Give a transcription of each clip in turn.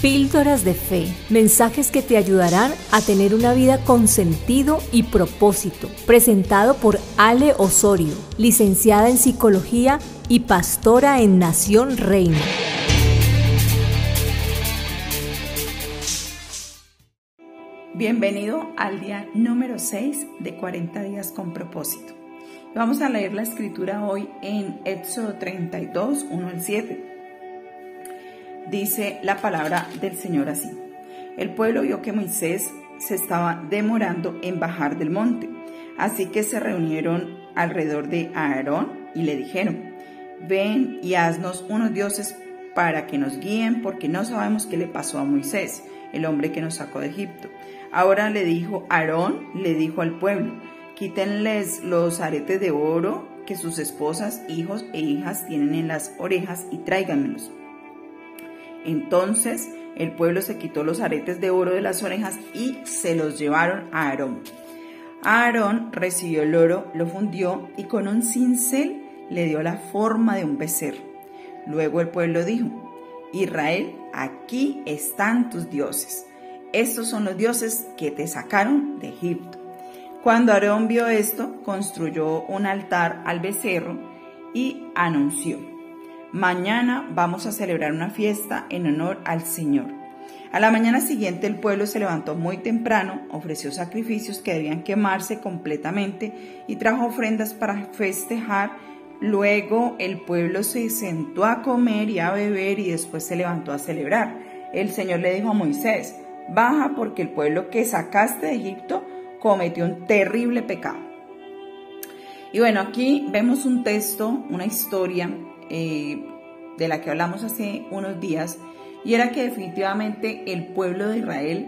Píldoras de Fe, mensajes que te ayudarán a tener una vida con sentido y propósito. Presentado por Ale Osorio, licenciada en Psicología y pastora en Nación Reina. Bienvenido al día número 6 de 40 días con propósito. Vamos a leer la escritura hoy en Éxodo 32, 1 al 7. Dice la palabra del Señor así: El pueblo vio que Moisés se estaba demorando en bajar del monte, así que se reunieron alrededor de Aarón y le dijeron: Ven y haznos unos dioses para que nos guíen, porque no sabemos qué le pasó a Moisés, el hombre que nos sacó de Egipto. Ahora Aarón le dijo al pueblo: Quítenles los aretes de oro que sus esposas, hijos e hijas tienen en las orejas y tráiganmelos. Entonces el pueblo se quitó los aretes de oro de las orejas y se los llevaron a Aarón. Aarón recibió el oro, lo fundió y con un cincel le dio la forma de un becerro. Luego el pueblo dijo: Israel, aquí están tus dioses. Estos son los dioses que te sacaron de Egipto. Cuando Aarón vio esto, construyó un altar al becerro y anunció: Mañana vamos a celebrar una fiesta en honor al Señor. A la mañana siguiente el pueblo se levantó muy temprano, ofreció sacrificios que debían quemarse completamente y trajo ofrendas para festejar. Luego el pueblo se sentó a comer y a beber y después se levantó a celebrar. El Señor le dijo a Moisés: Baja, porque el pueblo que sacaste de Egipto cometió un terrible pecado. Y bueno, aquí vemos un texto, una historia de la que hablamos hace unos días, y era que definitivamente el pueblo de Israel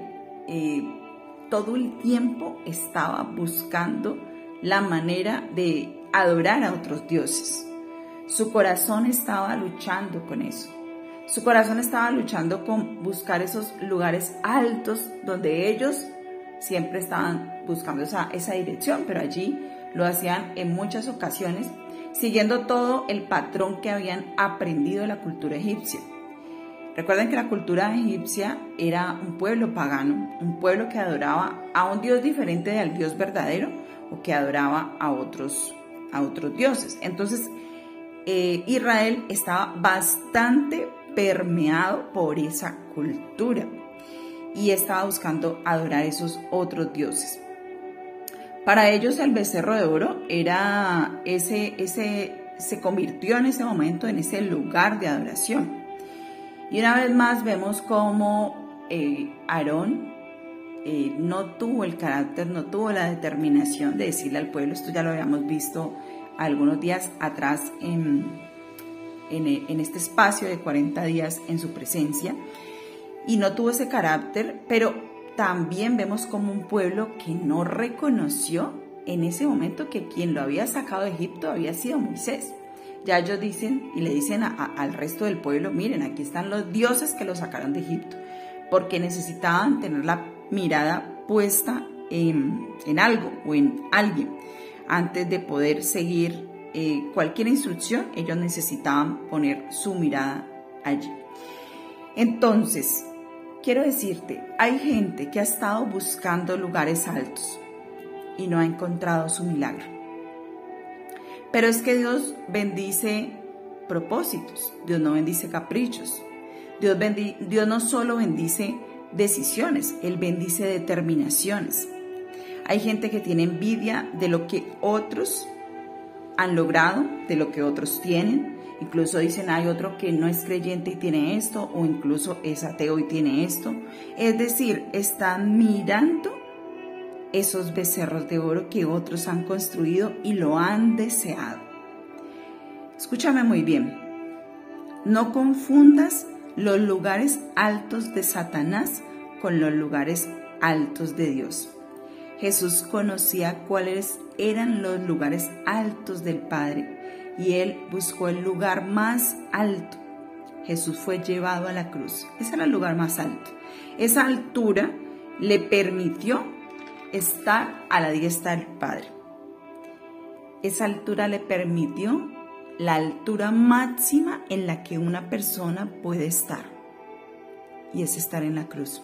todo el tiempo estaba buscando la manera de adorar a otros dioses. Su corazón estaba luchando con eso. Su corazón estaba luchando con buscar esos lugares altos donde ellos siempre estaban buscando esa dirección, pero allí lo hacían en muchas ocasiones, siguiendo todo el patrón que habían aprendido de la cultura egipcia. Recuerden que la cultura egipcia era un pueblo pagano, un pueblo que adoraba a un Dios diferente al Dios verdadero, o que adoraba a otros dioses. Entonces, Israel estaba bastante permeado por esa cultura y estaba buscando adorar esos otros dioses. Para ellos el becerro de oro era se convirtió en ese momento en ese lugar de adoración. Y una vez más vemos cómo Aarón no tuvo el carácter, no tuvo la determinación de decirle al pueblo. Esto ya lo habíamos visto algunos días atrás en este espacio de 40 días en su presencia, y no tuvo ese carácter. Pero también vemos como un pueblo que no reconoció en ese momento que quien lo había sacado de Egipto había sido Moisés. Ya ellos dicen y le dicen al resto del pueblo: miren, aquí están los dioses que lo sacaron de Egipto, porque necesitaban tener la mirada puesta en algo o en alguien. Antes de poder seguir cualquier instrucción, ellos necesitaban poner su mirada allí. Entonces, quiero decirte, hay gente que ha estado buscando lugares altos y no ha encontrado su milagro. Pero es que Dios bendice propósitos, Dios no bendice caprichos. Dios no solo bendice decisiones, Él bendice determinaciones. Hay gente que tiene envidia de lo que otros han logrado, de lo que otros tienen. Incluso dicen: hay otro que no es creyente y tiene esto, o incluso es ateo y tiene esto. Es decir, están mirando esos becerros de oro que otros han construido y lo han deseado. Escúchame muy bien. No confundas los lugares altos de Satanás con los lugares altos de Dios. Jesús conocía cuáles eran los lugares altos del Padre y Él buscó el lugar más alto. Jesús fue llevado a la cruz. Ese era el lugar más alto. Esa altura le permitió estar a la diestra del Padre. Esa altura le permitió la altura máxima en la que una persona puede estar. y es estar en la cruz.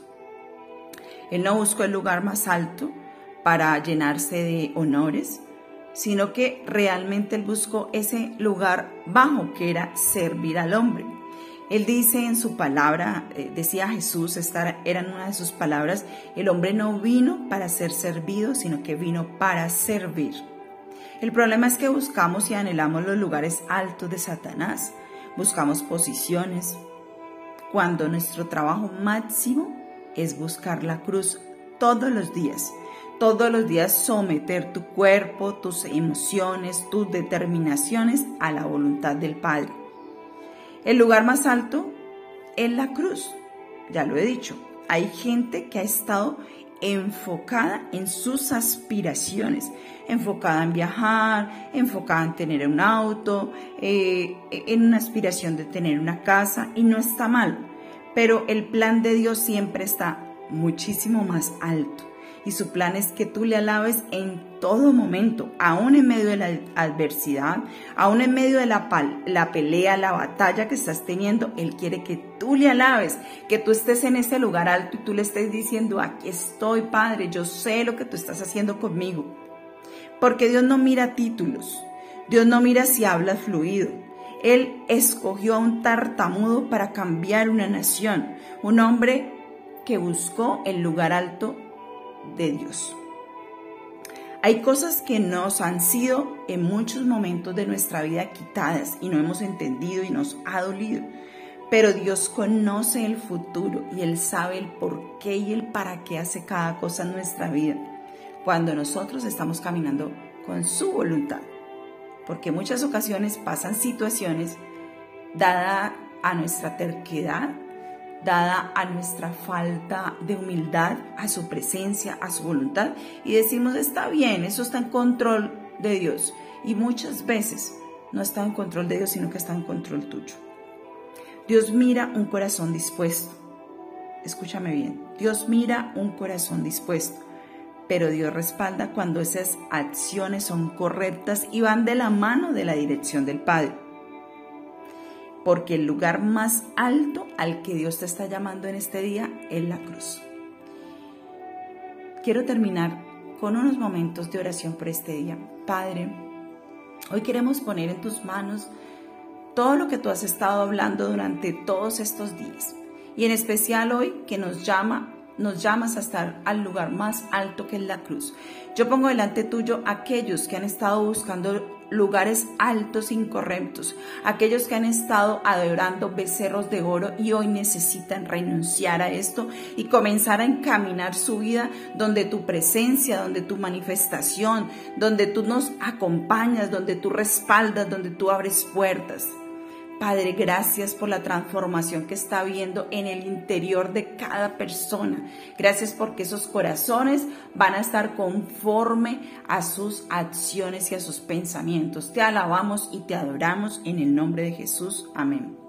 Él no buscó el lugar más alto para llenarse de honores, sino que realmente Él buscó ese lugar bajo, que era servir al hombre. Él dice en su palabra, decía Jesús, eran una de sus palabras: el hombre no vino para ser servido, sino que vino para servir. El problema es que buscamos y anhelamos los lugares altos de Satanás, buscamos posiciones, cuando nuestro trabajo máximo es buscar la cruz todos los días someter tu cuerpo, tus emociones, tus determinaciones a la voluntad del Padre. El lugar más alto es la cruz, ya lo he dicho. Hay gente que ha estado enfocada en sus aspiraciones, enfocada en viajar, enfocada en tener un auto, en una aspiración de tener una casa, y no está mal, pero el plan de Dios siempre está muchísimo más alto. Y su plan es que tú le alabes en todo momento, aún en medio de la adversidad, aún en medio de la pelea, la batalla que estás teniendo. Él quiere que tú le alabes, que tú estés en ese lugar alto y tú le estés diciendo: aquí estoy, Padre, yo sé lo que tú estás haciendo conmigo. Porque Dios no mira títulos, Dios no mira si hablas fluido. Él escogió a un tartamudo para cambiar una nación, un hombre que buscó el lugar alto de Dios. Hay cosas que nos han sido en muchos momentos de nuestra vida quitadas y no hemos entendido y nos ha dolido, pero Dios conoce el futuro y Él sabe el por qué y el para qué hace cada cosa en nuestra vida cuando nosotros estamos caminando con su voluntad, porque en muchas ocasiones pasan situaciones dada a nuestra terquedad, dada a nuestra falta de humildad a su presencia, a su voluntad, y decimos: está bien, eso está en control de Dios. Y muchas veces no está en control de Dios, sino que está en control tuyo. Dios mira un corazón dispuesto. Escúchame bien, Dios mira un corazón dispuesto, pero Dios respalda cuando esas acciones son correctas y van de la mano de la dirección del Padre. Porque el lugar más alto al que Dios te está llamando en este día es la cruz. Quiero terminar con unos momentos de oración por este día. Padre, hoy queremos poner en tus manos todo lo que tú has estado hablando durante todos estos días. Y en especial hoy que nos llamas a estar al lugar más alto que es la cruz. Yo pongo delante tuyo aquellos que han estado buscando lugares altos incorrectos, aquellos que han estado adorando becerros de oro y hoy necesitan renunciar a esto y comenzar a encaminar su vida donde tu presencia, donde tu manifestación, donde tú nos acompañas, donde tú respaldas, donde tú abres puertas. Padre, gracias por la transformación que está habiendo en el interior de cada persona. Gracias porque esos corazones van a estar conforme a sus acciones y a sus pensamientos. Te alabamos y te adoramos en el nombre de Jesús. Amén.